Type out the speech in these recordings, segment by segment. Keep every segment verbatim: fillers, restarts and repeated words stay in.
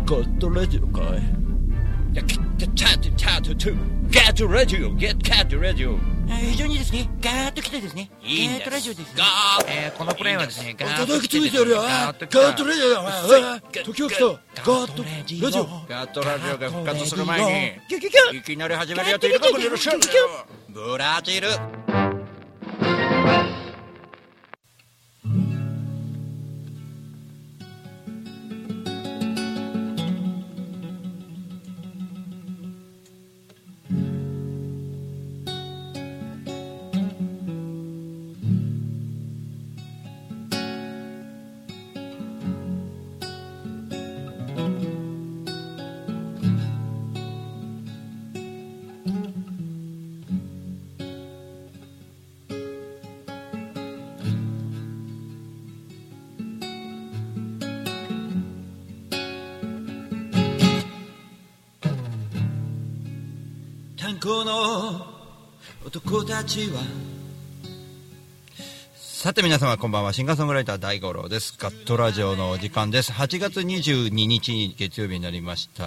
ットラジオかい。ゲットラジオ、ゲットラジオ。 非常にですね、ガーッと来てですね、 いいんです。 ガーッとラジオです、ね。 ガーッ、 えー、このプレイはですね、ガーッと叩きついてやるよ。ガーットラジオだ。時を来た。ガーッとラジオ。 ガーッとラジオが復活する前に、いきなり始めるやついるかもしれません。ブラジル。 この男たちは。 さて皆様こんばんは。シンガーソングライター大五郎です。ガットラジオのお時間です。はちがつにじゅうににち月曜日になりました。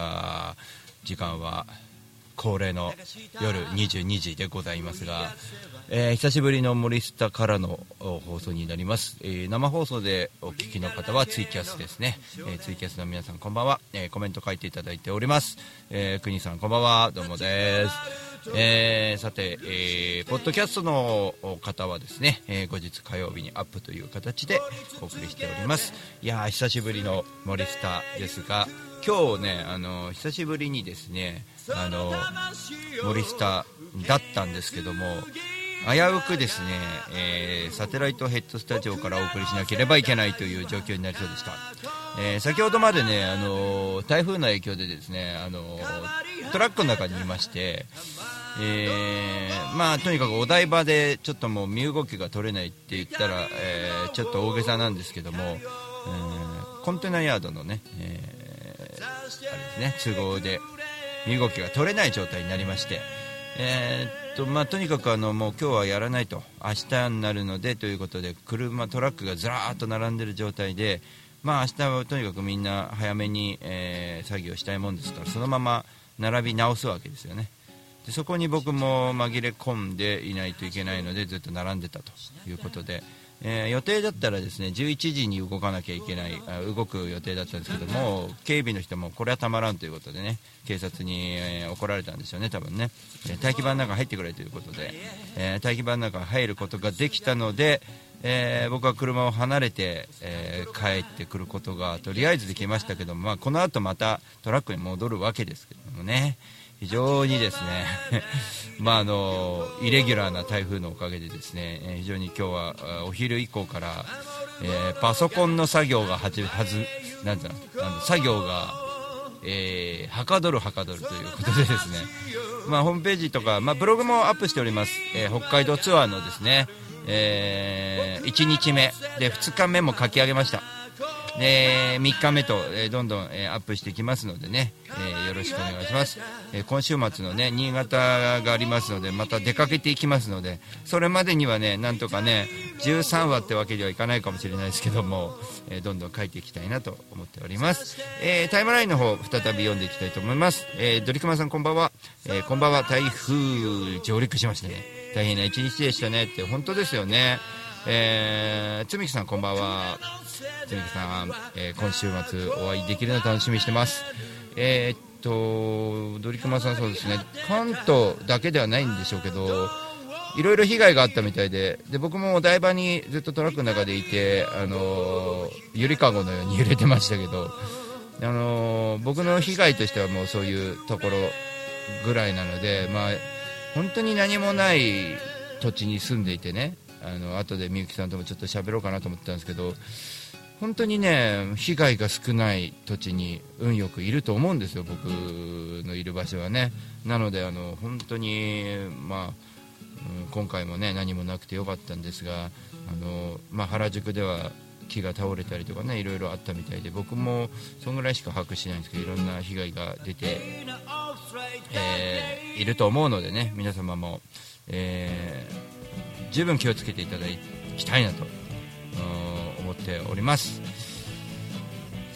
時間は恒例の夜にじゅうにじでございますが、えー、久しぶりの森下からの放送になります。えー、生放送でお聞きの方はツイキャスですね。えー、ツイキャスの皆さんこんばんは。えー、コメント書いていただいております。えー、国さんこんばんは。どうもです。えー、さて、えー、ポッドキャストの方はですね、えー、後日火曜日にアップという形でお送りしております。いやー久しぶりの森下ですが、今日ね、あの久しぶりにですね、あの森下だったんですけども、危うくですね、えー、サテライトヘッドスタジオからお送りしなければいけないという状況になりそうでした。えー、先ほどまでね、あのー、台風の影響でですね、あのー、トラックの中にいまして、えー、まあとにかくお台場でちょっともう身動きが取れないって言ったら、えー、ちょっと大げさなんですけども、えー、コンテナヤードのね、えー、あれですね、都合で身動きが取れない状態になりまして、えーっとまあ、とにかくあのもう今日はやらないと、明日になるのでということで車トラックがずらーっと並んでる状態で、まあ、明日はとにかくみんな早めに、えー、作業したいもんですから、そのまま並び直すわけですよね。でそこに僕も紛れ込んでいないといけないのでずっと並んでたということで、えー、予定だったらですねじゅういちじに動かなきゃいけない、あ動く予定だったんですけども、警備の人もこれはたまらんということでね、警察に、えー、怒られたんですよね多分ね。えー、待機場の中入ってくれということで、えー、待機場の中入ることができたので、えー、僕は車を離れて、えー、帰ってくることがとりあえずできましたけども、まあ、この後またトラックに戻るわけですけどもね、非常にですねまああのイレギュラーな台風のおかげでですね、えー、非常に今日はお昼以降から、えー、パソコンの作業がはじはずなんていうの、あの作業が、えー、はかどるはかどるということでですね、まあ、ホームページとか、まあ、ブログもアップしております。えー、北海道ツアーのですね、えー、いちにちめでふつかめも書き上げました。でみっかめと、えー、どんどん、えー、アップしていきますのでね、えー、よろしくお願いします。えー、今週末のね新潟がありますので、また出かけていきますので、それまでにはねなんとかねじゅうさんわってわけではいかないかもしれないですけども、えー、どんどん書いていきたいなと思っております。えー、タイムラインの方再び読んでいきたいと思います。えー、ドリクマさんこんばんは。えー、こんばんは。台風上陸しましたね。大変な一日でしたねって。本当ですよね。えー、つみきさんこんばんは。つみきさん、えー、今週末お会いできるのを楽しみにしてます。えー、っとドリクマさん、そうですね、関東だけではないんでしょうけどいろいろ被害があったみたいで、で僕もお台場にずっとトラックの中でいて、あのー、ゆりかごのように揺れてましたけど、あのー、僕の被害としてはもうそういうところぐらいなので、まあ、本当に何もない土地に住んでいてね、あの後でみゆきさんともちょっと喋ろうかなと思ってたんですけど、本当にね被害が少ない土地に運よくいると思うんですよ、僕のいる場所はね。なのであの本当に、まあ、うん、今回もね何もなくてよかったんですが、あの、まあ、原宿では木が倒れたりとかねいろいろあったみたいで、僕もそんぐらいしか把握してないんですけど、いろんな被害が出て、えー、いると思うのでね、皆様も、えー、十分気をつけていただきたいなと思っております。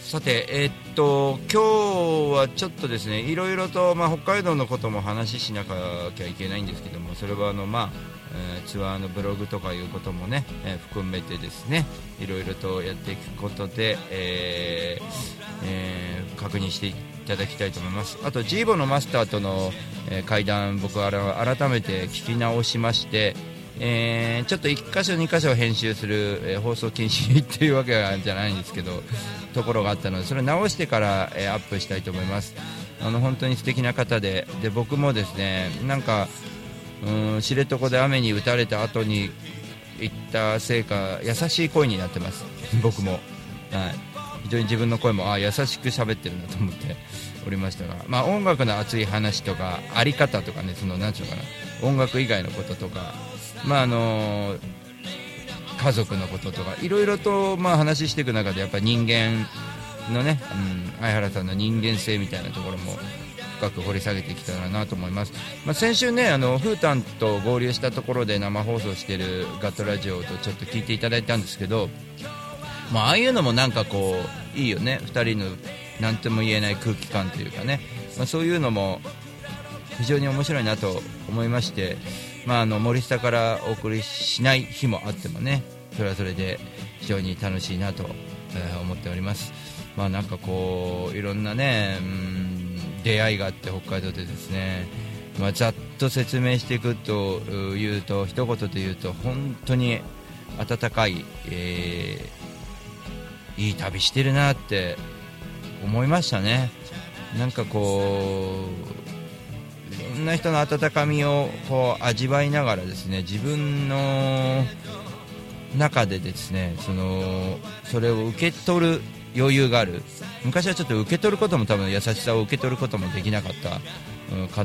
さて、えー、っと今日はちょっとですねいろいろと、まあ、北海道のことも話しなきゃいけないんですけども、それはあの、まあえー、ツアーのブログとかいうこともね、えー、含めてですねいろいろとやっていくことで、えーえー、確認していただきたいと思います。あと ジーボのマスターとの、えー、会談僕は改めて聞き直しまして、えー、ちょっといっかしょにかしょ編集する、えー、放送禁止っていうわけじゃないんですけどところがあったので、それを直してから、えー、アップしたいと思います。あの本当に素敵な方で、で僕もですねなんかうん知床で雨に打たれた後に行ったせいか優しい声になってます僕も、はい、非常に自分の声もあ優しく喋ってるなと思っておりましたが、まあ、音楽の熱い話とかあり方とかね、そのなんていうのかな、音楽以外のこととか、まああのー、家族のこととかいろいろと、まあ、話していく中でやっぱり人間のね、うん、相原さんの人間性みたいなところも深く掘り下げてきたらなと思います。まあ、先週ねあのフータンと合流したところで生放送しているガットラジオとちょっと聞いていただいたんですけど、まあ、ああいうのもなんかこういいよね、ふたりのなんとも言えない空気感というかね、まあ、そういうのも非常に面白いなと思いまして、まあ、あの森下からお送りしない日もあってもねそれはそれで非常に楽しいなと、えー、思っております。まあ、なんかこういろんなねうん出会いがあって北海道でですね、まあ、ざっと説明していくというと一言で言うと本当に温かい、えー、いい旅してるなって思いましたね。なんかこういろんな人の温かみをこう味わいながらですね自分の中でですね そのそれを受け取る余裕がある。昔はちょっと受け取ることも多分優しさを受け取ることもできなかった、うん、か, うん、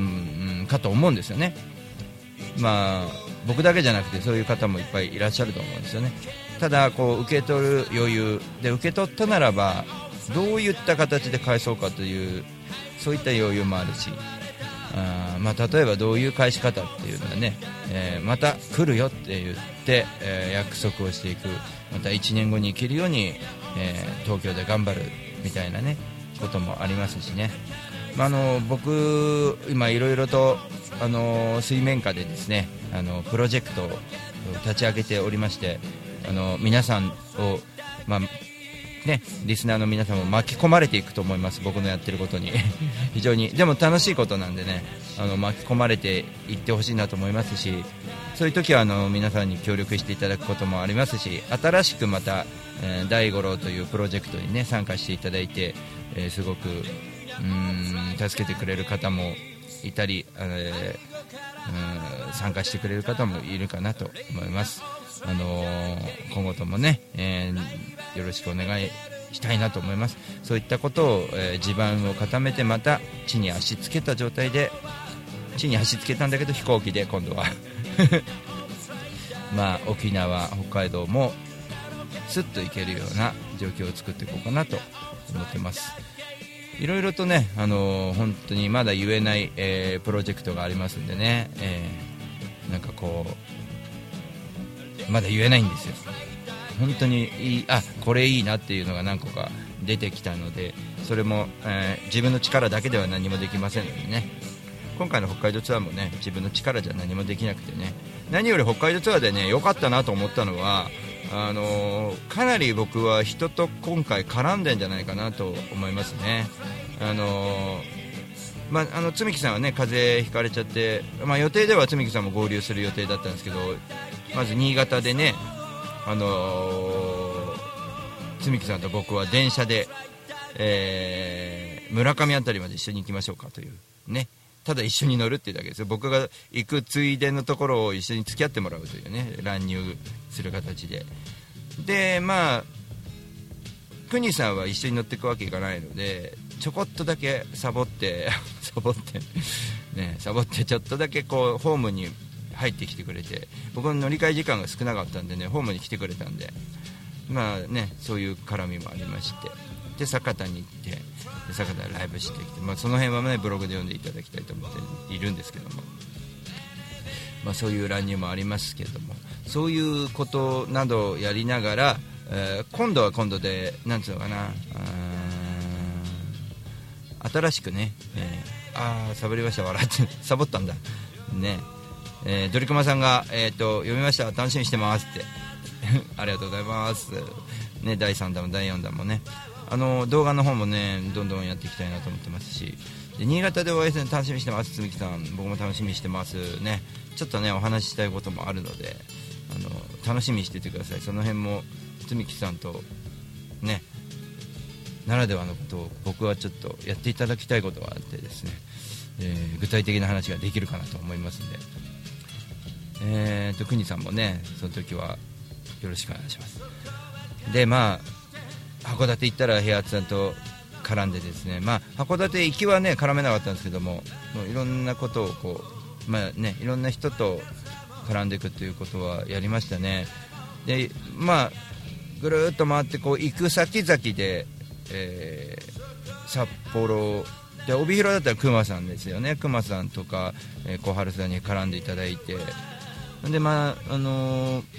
かと思うんですよね。まあ僕だけじゃなくてそういう方もいっぱいいらっしゃると思うんですよね。ただこう受け取る余裕で受け取ったならばどういった形で返そうかというそういった余裕もあるし、あ、まあ、例えばどういう返し方っていうのはね、えー、また来るよって言って、えー、約束をしていく、またいちねんごに行けるように、えー、東京で頑張るみたいなねこともありますしね、まあ、あの僕今いろいろとあの水面下でですねあのプロジェクトを立ち上げておりまして、あの皆さんを、まあね、リスナーの皆さんも巻き込まれていくと思います。僕のやってることに非常にでも楽しいことなんでねあの巻き込まれていってほしいなと思いますし、そういう時はあの皆さんに協力していただくこともありますし、新しくまた、えー、大五郎というプロジェクトに、ね、参加していただいて、えー、すごくうーん助けてくれる方もいたり、えー、うん参加してくれる方もいるかなと思います。あのー、今後ともね、えー、よろしくお願いしたいなと思います。そういったことを、えー、地盤を固めてまた地に足つけた状態で地に足つけたんだけど飛行機で今度はまあ沖縄北海道もスッと行けるような状況を作っていこうかなと思ってます。いろいろとね、あのー、本当にまだ言えない、えー、プロジェクトがありますんでね、えー、なんかこうまだ言えないんですよ。本当にいい、あこれいいなっていうのが何個か出てきたので、それも、えー、自分の力だけでは何もできませんのでね、今回の北海道ツアーもね自分の力じゃ何もできなくてね、何より北海道ツアーでね良かったなと思ったのはあのー、かなり僕は人と今回絡んでんじゃないかなと思いますね。あのーまあ、あのつみきさんはね風邪ひかれちゃって、まあ、予定ではつみきさんも合流する予定だったんですけど、まず新潟でね、あのー、つみきさんと僕は電車で、えー、村上あたりまで一緒に行きましょうかというね、ただ一緒に乗るっていうだけですよ。僕が行くついでのところを一緒に付き合ってもらうというね乱入する形で、でまあくにさんは一緒に乗っていくわけいかないのでちょこっとだけサボってサボってねサボってちょっとだけこうホームに入ってきてくれて、僕の乗り換え時間が少なかったんでねホームに来てくれたんで、まあねそういう絡みもありまして、で酒田に行ってで酒田でライブしてきて、まあ、その辺はねブログで読んでいただきたいと思っているんですけども、まあ、そういう乱入もありますけども、そういうことなどをやりながら、えー、今度は今度でなんていうのかな、 新しくね、えー、ああサボりました笑ってサボったんだね、えー、ドリクマさんが、えー、と読みました楽しみにしてますってありがとうございます、ね、だいさんだんもだいよんだんもねあの動画の方もねどんどんやっていきたいなと思ってますし、で新潟でお会いするの楽しみにしてます。つみきさん僕も楽しみにしてますね。ちょっとねお話ししたいこともあるのであの楽しみにしててください。その辺もつみきさんとねならではのことを僕はちょっとやっていただきたいことがあってですね、えー、具体的な話ができるかなと思いますんで、えーと国さんもねその時はよろしくお願いします。でまあ函館行ったら平八さんと絡んでですね、まあ函館行きはね絡めなかったんですけども、もういろんなことをこうまあねいろんな人と絡んでいくということはやりましたね。でまあぐるっと回ってこう行く先々で、えー、札幌で帯広だったら熊さんですよね。熊さんとか、えー、小春さんに絡んでいただいて、でまああのー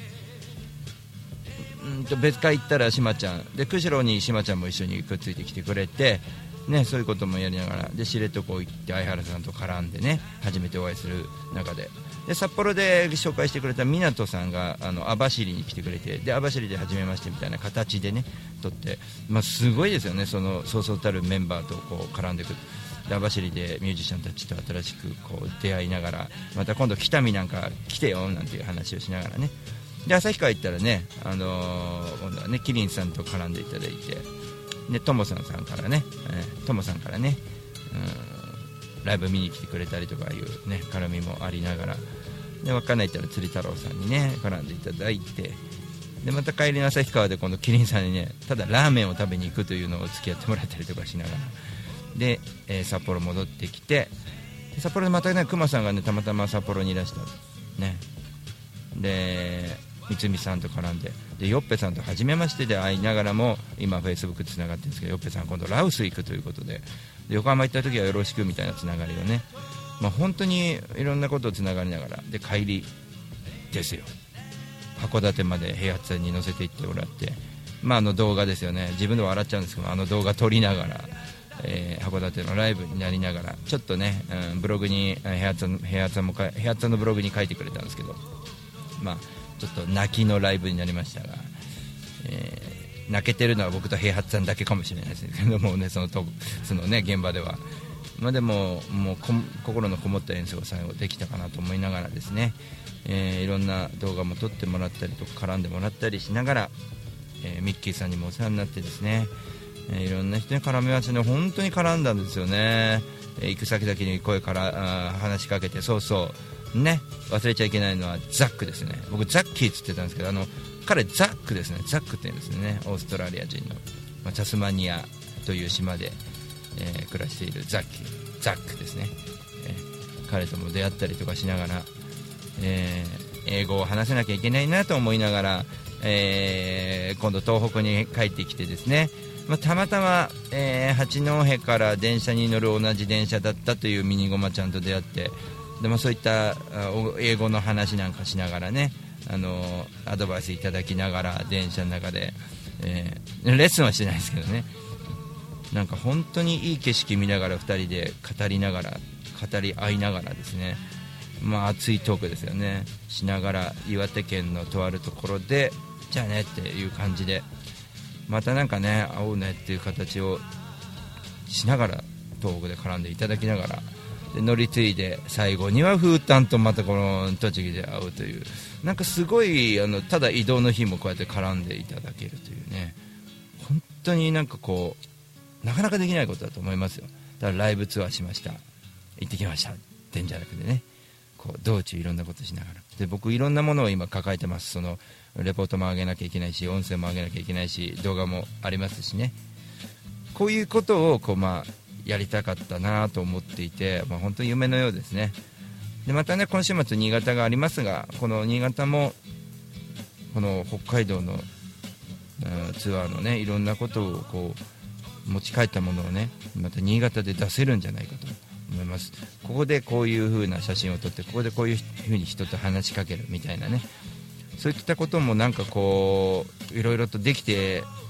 うんと別会行ったらしまちゃんで釧路にしまちゃんも一緒にくっついてきてくれて、ね、そういうこともやりながらで知床行って相原さんと絡んでね初めてお会いする中で、で札幌で紹介してくれた湊さんがあの網走に来てくれて、で網走で初めましてみたいな形でね撮って、まあ、すごいですよね。そのそうそうたるメンバーとこう絡んでいく。で網走でミュージシャンたちと新しくこう出会いながら、また今度北見なんか来てよなんていう話をしながらね、で旭川行ったらね、あのー、今度はねキリンさんと絡んでいただいて、でトモさんさんからね、えー、トモさんからね、うん、ライブ見に来てくれたりとかいうね絡みもありながら、で稚内行ったら釣り太郎さんにね絡んでいただいて、でまた帰りの旭川で今度キリンさんにねただラーメンを食べに行くというのを付き合ってもらったりとかしながらで、えー、札幌戻ってきて、札幌でまたね熊さんがねたまたま札幌にいらしたね、で三見さんと絡んで、でよっぺさんと初めましてで会いながらも今フェイスブックでつながってるんですけど、よっぺさん今度ラオス行くということで、で横浜行った時はよろしくみたいなつながりをね、まあ、本当にいろんなことをつながりながらで帰りですよ函館まで平八さんに乗せて行ってもらって、まあ、あの動画ですよね、自分で笑っちゃうんですけどあの動画撮りながら、えー、函館のライブになりながらちょっとね、うん、ブログに平八さん平八さんも平八さんのブログに書いてくれたんですけど、まあちょっと泣きのライブになりましたが、えー、泣けてるのは僕と平八さんだけかもしれないですけどもね、そのとそのね現場では、まあ、でももうこ心のこもった演奏が最後できたかなと思いながらですね、えー、いろんな動画も撮ってもらったりとか絡んでもらったりしながら、えー、ミッキーさんにもお世話になってですね、えー、いろんな人に絡み合わせて本当に絡んだんですよね、えー、行く先々に声から話しかけて、そうそうね、忘れちゃいけないのはザックですね。僕ザッキーって言ってたんですけど、あの彼ザックですね。ザックって言うんですね、オーストラリア人の、まあ、タスマニアという島で、えー、暮らしているザッキーザックですね、えー、彼とも出会ったりとかしながら、えー、英語を話せなきゃいけないなと思いながら、えー、今度東北に帰ってきてですね、まあ、たまたま、えー、八戸から電車に乗る同じ電車だったというミニゴマちゃんと出会って、でもそういった英語の話なんかしながらね、あのアドバイスいただきながら電車の中で、えー、レッスンはしてないですけどね、なんか本当にいい景色見ながらふたりで語りながら語り合いながらですね、まあ熱いトークですよねしながら、岩手県のとあるところでじゃあねっていう感じでまたなんかね会おうねっていう形をしながら東北で絡んでいただきながら、で乗り継いで最後には風丹とまたこの栃木で会うという、なんかすごいあのただ移動の日もこうやって絡んでいただけるというね、本当になんかこうなかなかできないことだと思いますよ。だからライブツアーしました、行ってきましたってんじゃなくてね、こう道中いろんなことしながら、で僕いろんなものを今抱えてます。そのレポートも上げなきゃいけないし、音声も上げなきゃいけないし、動画もありますしね、こういうことをこうまあやりたかったなと思っていて、まあ、本当に夢のようですね。でまたね今週末新潟がありますが、この新潟もこの北海道の、うん、ツアーのねいろんなことをこう持ち帰ったものをねまた新潟で出せるんじゃないかと思います。ここでこういう風な写真を撮って、ここでこういう風に人と話しかけるみたいなね、そういったこともなんかこういろいろとできて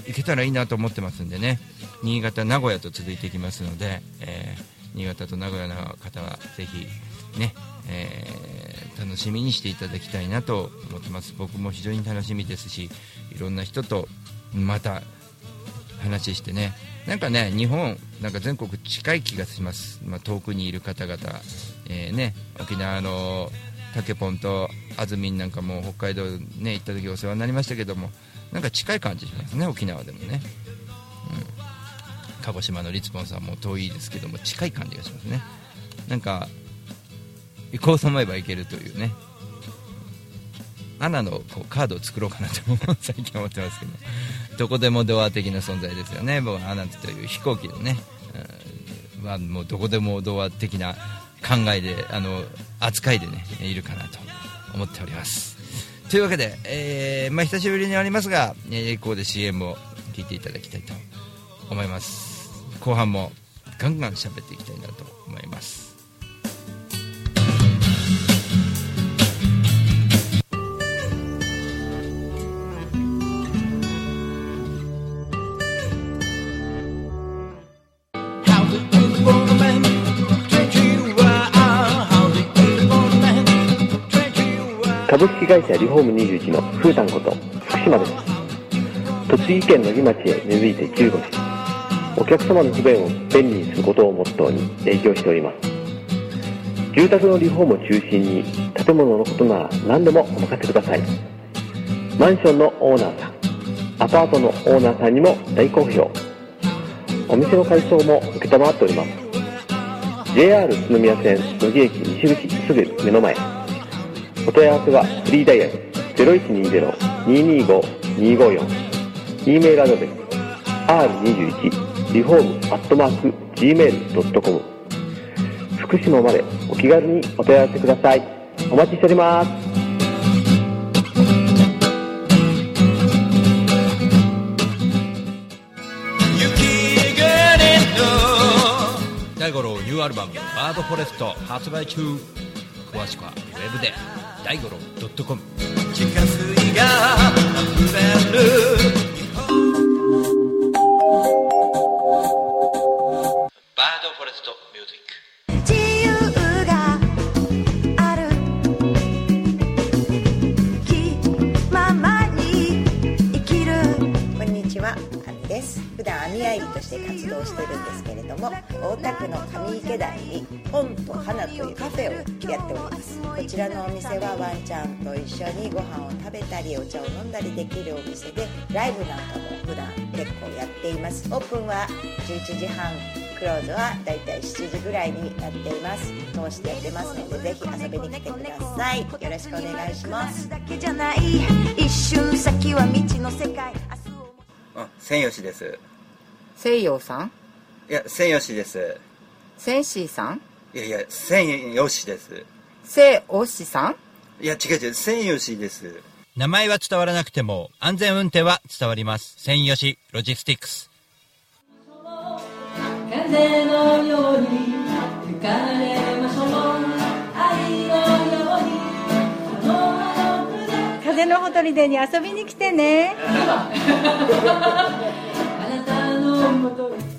行けたらいいなと思ってますんでね、新潟名古屋と続いていきますので、えー、新潟と名古屋の方はぜひね、えー、楽しみにしていただきたいなと思ってます。僕も非常に楽しみですし、いろんな人とまた話してね、なんかね、日本なんか全国近い気がします、まあ、遠くにいる方々、えーね、沖縄のタケポンとあずみんなんかも北海道ね行った時お世話になりましたけども、なんか近い感じしますね、沖縄でもね、うん、鹿児島のリツポンさんも遠いですけども近い感じがしますね。なんか行こうと思えば行けるというね、アナのこうカードを作ろうかなと最近思ってますけど、どこでもドア的な存在ですよね。僕はアナという飛行機のね、うん、はもうどこでもドア的な考えで、あの扱いでねいるかなと思っております。というわけで、えーまあ、久しぶりになりますが、えー、ここで シーエム を聞いていただきたいと思います。後半もガンガン喋っていきたいなと思います。 株式会社リフォームにじゅういちのふうたんこと福島です。栃木県の木町へ根付いてじゅうごねん、お客様の不便を便利にすることをモットーに営業しております。住宅のリフォームを中心に建物のことなら何でもお任せください。マンションのオーナーさん、アパートのオーナーさんにも大好評。お店の改装も承っております。 ジェイアール 宇都宮線野木駅西口すぐ目の前。お問い合わせはフリーダイヤル ゼロいちにゼロ にーにーご にーごよん、 E メールアドレス アールにじゅういち リフォーム アットマーク ジーメール ドットコム、 福島までお気軽にお問い合わせください。お待ちしております。 大五郎ニューアルバムバードフォレスト発売中。詳しくはウェブで大五郎 .com。 地下水が溢れるバードフォレストミュージック。 自由がある気ままに生きる。こんにちは、あみです。普段網愛理として活動してるんですけれども、大田区の上池台に本と花というカフェをやっております。こちらのお店はワンちゃんと一緒にご飯を食べたりお茶を飲んだりできるお店で、ライブなんかも普段結構やっています。オープンはじゅういちじはん、クローズはだいたいしちじぐらいになっています。通してやってますので、ぜひ遊びに来てください。よろしくお願いします。一瞬先は未知の世界。 千吉です。 西洋さん？ いや、千吉です。 千シさん？ いやいや、千吉です。 せおしさん？ いや、違う違う、千吉です。名前は伝わらなくても安全運転は伝わります。千吉ロジスティックス。 風のように吹かれましょう、愛のように風のほとりでに遊びに来てね。あなたのもとに。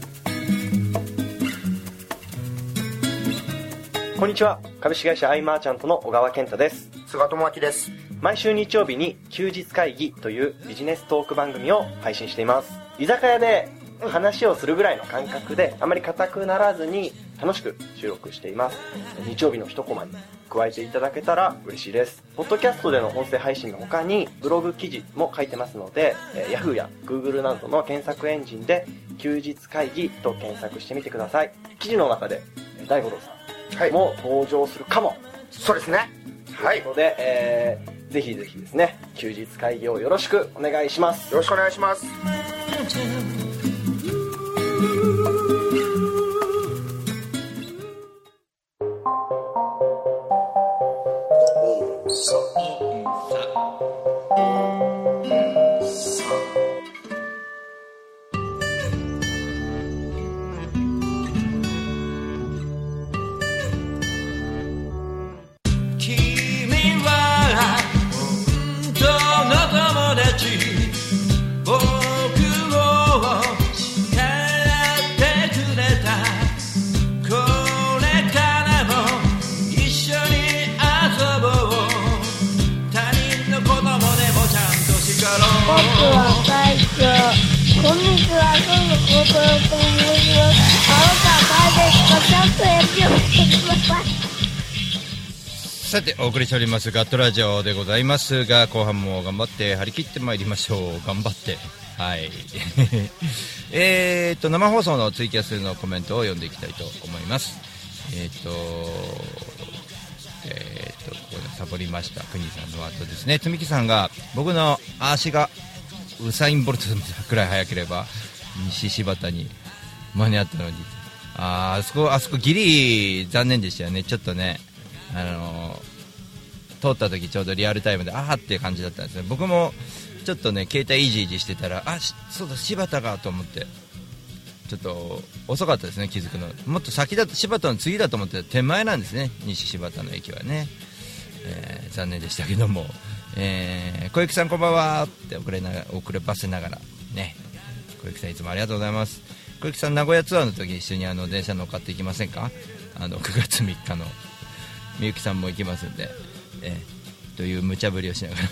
こんにちは、株式会社アイマーチャントの小川健太です。 菅智明です。 毎週日曜日に休日会議というビジネストーク番組を配信しています。居酒屋で話をするぐらいの感覚で、あまり硬くならずに楽しく収録しています。日曜日の一コマに加えていただけたら嬉しいです。ポッドキャストでの音声配信の他にブログ記事も書いてますので、Yahoo や Google などの検索エンジンで休日会議と検索してみてください。記事の中で大五郎さんも登場するかも、はい、 そうですね。はい。 ということで、えー、ぜひぜひですね、休日会議をよろしくお願いします。 よろしくお願いします。 僕をは最強。こんにちは、孫の高校と申します。青川大ですが、ちゃんとやっておいてください。 さてお送りしておりますガットラジオでございますが、後半も頑張って張り切ってまいりましょう。頑張ってはいえーと生放送のツイキャスのコメントを読んでいきたいと思います。えーとえーとここでサボりました国さんの後ですね、つみきさんが僕の足がウサインボルトくらい速ければ西柴田に間に合ったのに、あーあそこあそこギリ残念でしたよね。ちょっとねあのー、通った時ちょうどリアルタイムであーっていう感じだったんですね。僕もちょっとね携帯いじいじしてたら、あそうだ柴田がと思ってちょっと遅かったですね、気づくの。もっと先だと柴田の次だと思って手前なんですね、西柴田の駅はね、えー、残念でしたけども、えー、小雪さんこんばんはって遅れな遅ればせながらね、小雪さんいつもありがとうございます。小雪さん名古屋ツアーの時一緒にあの電車乗っかっていきませんか。あのくがつみっかのみゆきさんも行きますんで、えー、という無茶ぶりをしながら、はい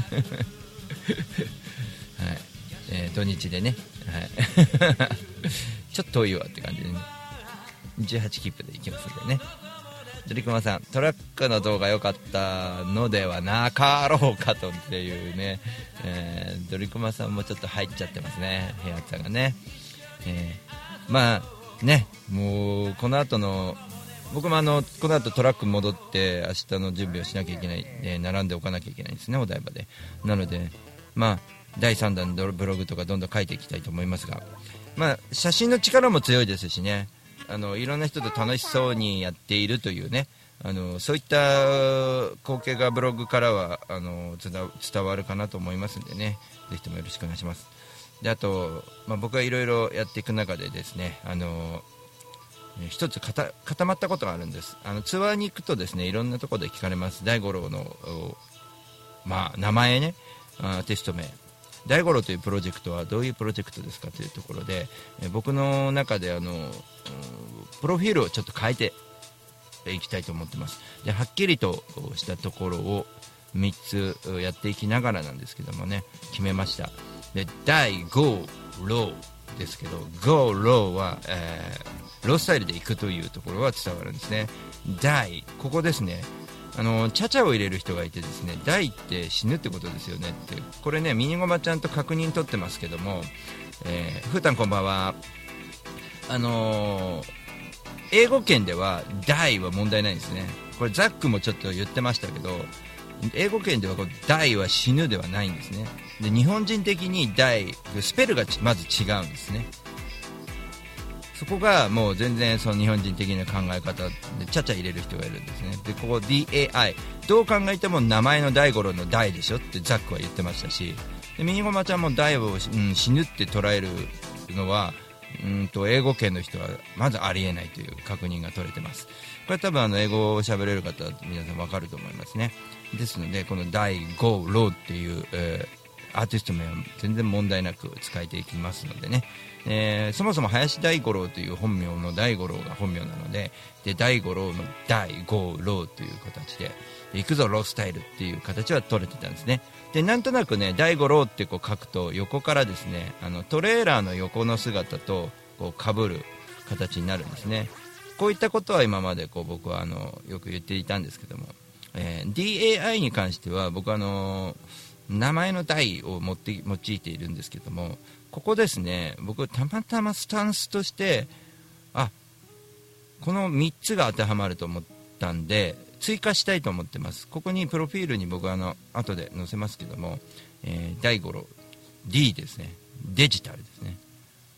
えー、土日でね、はい、ちょっと遠いわって感じでねじゅうはち切符で行きますんでね。ドリクマさんトラックの動画良かったのではなかろうかとっていうね、えー、ドリクマさんもちょっと入っちゃってますね、部屋さんがね、えー、まあねもうこの後の僕もあのこの後トラック戻って明日の準備をしなきゃいけない、えー、並んでおかなきゃいけないんですね、お台場で。なのでまあだいさん弾のブログとかどんどん書いていきたいと思いますが、まあ写真の力も強いですしね、あのいろんな人と楽しそうにやっているというね、あのそういった光景がブログからはあの伝わるかなと思いますんでね、ぜひともよろしくお願いします。であと、まあ、僕がいろいろやっていく中でですね、あの一つ固まったことがあるんです。あのツアーに行くとですねいろんなところで聞かれます。大五郎の、まあ、名前ね、アーティスト名大五郎というプロジェクトはどういうプロジェクトですかというところで、え僕の中であのプロフィールをちょっと変えていきたいと思ってます。ではっきりとしたところをみっつやっていきながらなんですけどもね、決めました。で大五郎ですけど、ゴーローは、えー、ロースタイルで行くというところは伝わるんですね。大ここですね、あのチャチャを入れる人がいてですね、大って死ぬってことですよねって、これねミニゴマちゃんと確認取ってますけども、えー、ふーたんこんばんは。あのー、英語圏では大は問題ないんですね。これザックもちょっと言ってましたけど、英語圏ではこう大は死ぬではないんですね。で日本人的に大スペルがまず違うんですね。そこがもう全然その日本人的な考え方でちゃちゃ入れる人がいるんですね。でここ ディーエーアイ どう考えても名前の大五郎の大でしょってザックは言ってましたし、でミニゴマちゃんも大を、うん、死ぬって捉えるのはうんと英語圏の人はまずありえないという確認が取れてます。これ多分あの英語を喋れる方は皆さん分かると思いますね。ですのでこの大五郎っていう、えー、アーティスト名は全然問題なく使えていきますのでね、えー、そもそも林大五郎という本名の大五郎が本名なので、で大五郎の大五郎という形で行くぞロースタイルっていう形は取れてたんですね。でなんとなくね大五郎ってこう書くと横からですねあのトレーラーの横の姿とこう被る形になるんですね。こういったことは今までこう僕はあのよく言っていたんですけども、えー、ディーエーアイ に関しては僕はあの名前の大を持って用いているんですけども、ここですね僕たまたまスタンスとしてあこのみっつが当てはまると思ったんで追加したいと思ってます。ここにプロフィールに僕はあの後で載せますけども、えー、大五郎 D ですね、デジタルですね、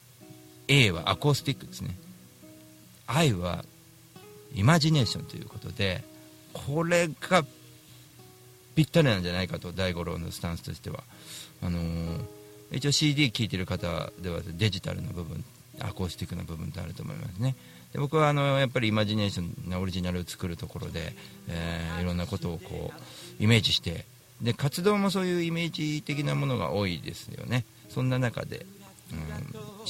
A はアコースティックですね、 I はイマジネーションということで、これがぴったりなんじゃないかと大五郎のスタンスとしては。あのー、一応 シーディー 聴いてる方ではデジタルの部分アコースティックな部分ってあると思いますね。で僕はあのやっぱりイマジネーションなオリジナルを作るところで、えー、いろんなことをこうイメージして、で活動もそういうイメージ的なものが多いですよね。そんな中で、うん、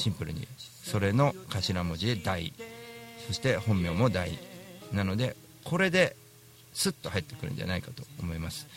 シンプルにそれの頭文字で大、そして本名も大なのでこれでスッと入ってくるんじゃないかと思います。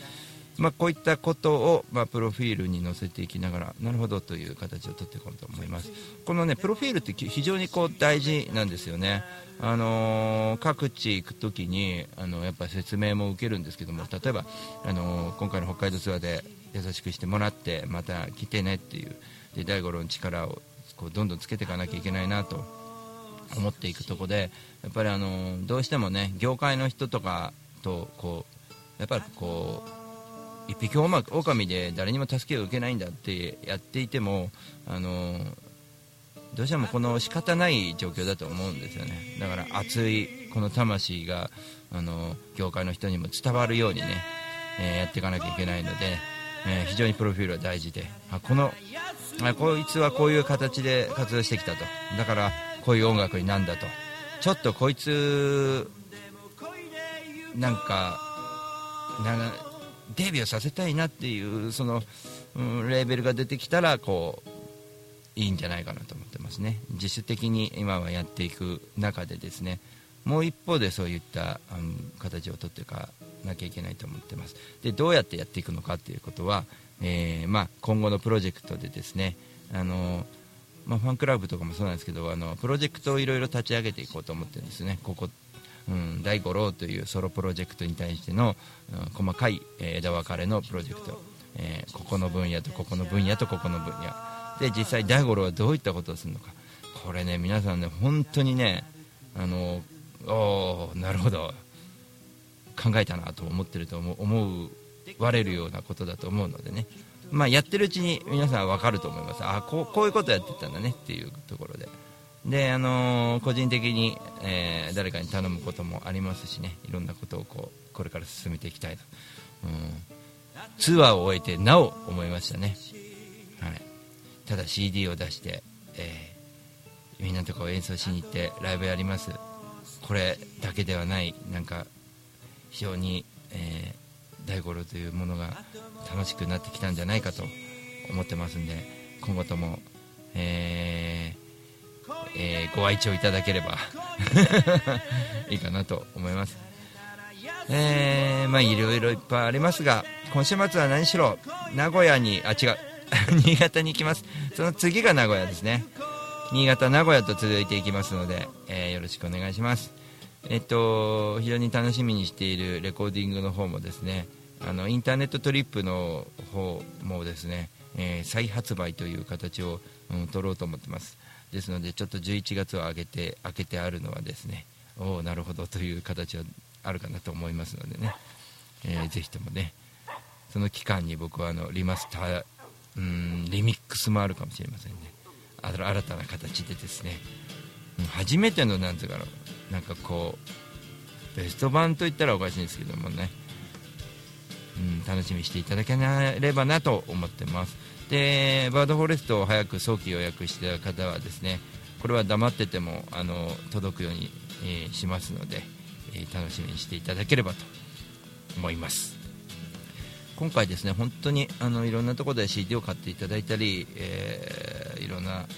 まあ、こういったことを、まあ、プロフィールに載せていきながら、なるほどという形を取っていこうと思います。このねプロフィールって非常にこう大事なんですよね。あのー、各地行くときにあのやっぱり説明も受けるんですけども、例えば、あのー、今回の北海道ツアーで優しくしてもらってまた来てねっていう、で大五郎の力をこうどんどんつけていかなきゃいけないなと思っていくところで、やっぱり、あのー、どうしてもね業界の人とかとこうやっぱりこう一匹狼で誰にも助けを受けないんだってやっていても、あのどうしてもこの仕方ない状況だと思うんですよね。だから熱いこの魂が、あの業界の人にも伝わるようにね、えー、やっていかなきゃいけないので、えー、非常にプロフィールは大事で、あこのあこいつはこういう形で活動してきたと、だからこういう音楽になんだと、ちょっとこいつなんかなデビューさせたいなっていうその、うん、レーベルが出てきたらこういいんじゃないかなと思ってますね。自主的に今はやっていく中でですね、もう一方でそういった、うん、形を取っていかなきゃいけないと思ってます。でどうやってやっていくのかっていうことは、えーまあ、今後のプロジェクトでですね、あの、まあ、ファンクラブとかもそうなんですけど、あのプロジェクトをいろいろ立ち上げていこうと思ってるんですね。ここうん、大五郎というソロプロジェクトに対しての、うん、細かい、えー、枝分かれのプロジェクト、えー、ここの分野とここの分野とここの分野で、実際大五郎はどういったことをするのか、これね皆さんね本当にね、あのおなるほど考えたなと思ってると思う思われるようなことだと思うのでね、まあ、やってるうちに皆さん分かると思います。あこう、こういうことやってたんだねっていうところで、で、あのー、個人的に、えー、誰かに頼むこともありますしね、いろんなことをこうこれから進めていきたいと、うん、ツアーを終えてなお思いましたね、はい、ただ シーディー を出して、えー、みんなのところ演奏しに行ってライブやります、これだけではない、なんか非常に、えー、大五郎というものが楽しくなってきたんじゃないかと思ってますんで、今後とも、えーえー、ご愛聴いただければいいかなと思います。えー、まあいろいろいっぱいありますが、今週末は何しろ名古屋にあ違う新潟に行きます。その次が名古屋ですね。新潟名古屋と続いていきますので、えー、よろしくお願いします。えっと非常に楽しみにしているレコーディングの方もですね、あのインターネットトリップの方もですね、えー、再発売という形を、うん、取ろうと思ってます。ですのでちょっとじゅういちがつを上げて開けてあるのはですね、おおなるほどという形はあるかなと思いますのでね、えー、ぜひともねその期間に僕はあのリマスターうーんリミックスもあるかもしれませんね。あの新たな形でですね、初めてのなんていうかなんかこうベスト版といったらおかしいんですけどもね、うん、楽しみにしていただければなと思ってます。でバードフォレストを早く早期予約してた方はですね、これは黙っててもあの届くように、えー、しますので、えー、楽しみにしていただければと思います。今回ですね本当にあのいろんなところで シーディー を買っていただいたり、えー、いろんな、うん、あの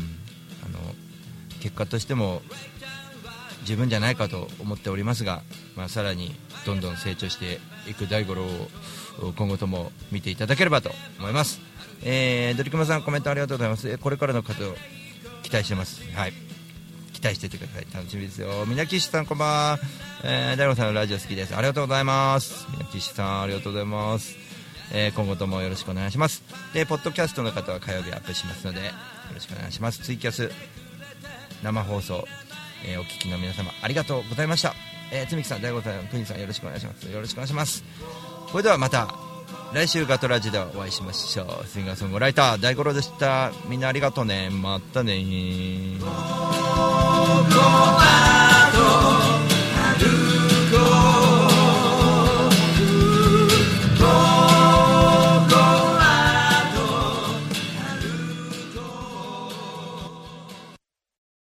結果としても十分じゃないかと思っておりますが、まあ、さらにどんどん成長していく大五郎を今後とも見ていただければと思います。えー、ドリクマさんコメントありがとうございます。これからの活動期待してます。はい、期待しててください。楽しみですよ。みなきしさんこんばんは、えー、大五郎さんのラジオ好きです。ありがとうございます。みなきしさんありがとうございます。えー、今後ともよろしくお願いします。でポッドキャストの方は火曜日アップしますのでよろしくお願いします。ツイキャス生放送、えー、お聞きの皆様ありがとうございました。えー、つみきさん、大五郎さん、プリンさんよろしくお願いします。よろしくお願いします。それではまた来週ガトラジでお会いしましょう。シンガーソングライター大五郎でした。みんなありがとうね。またね。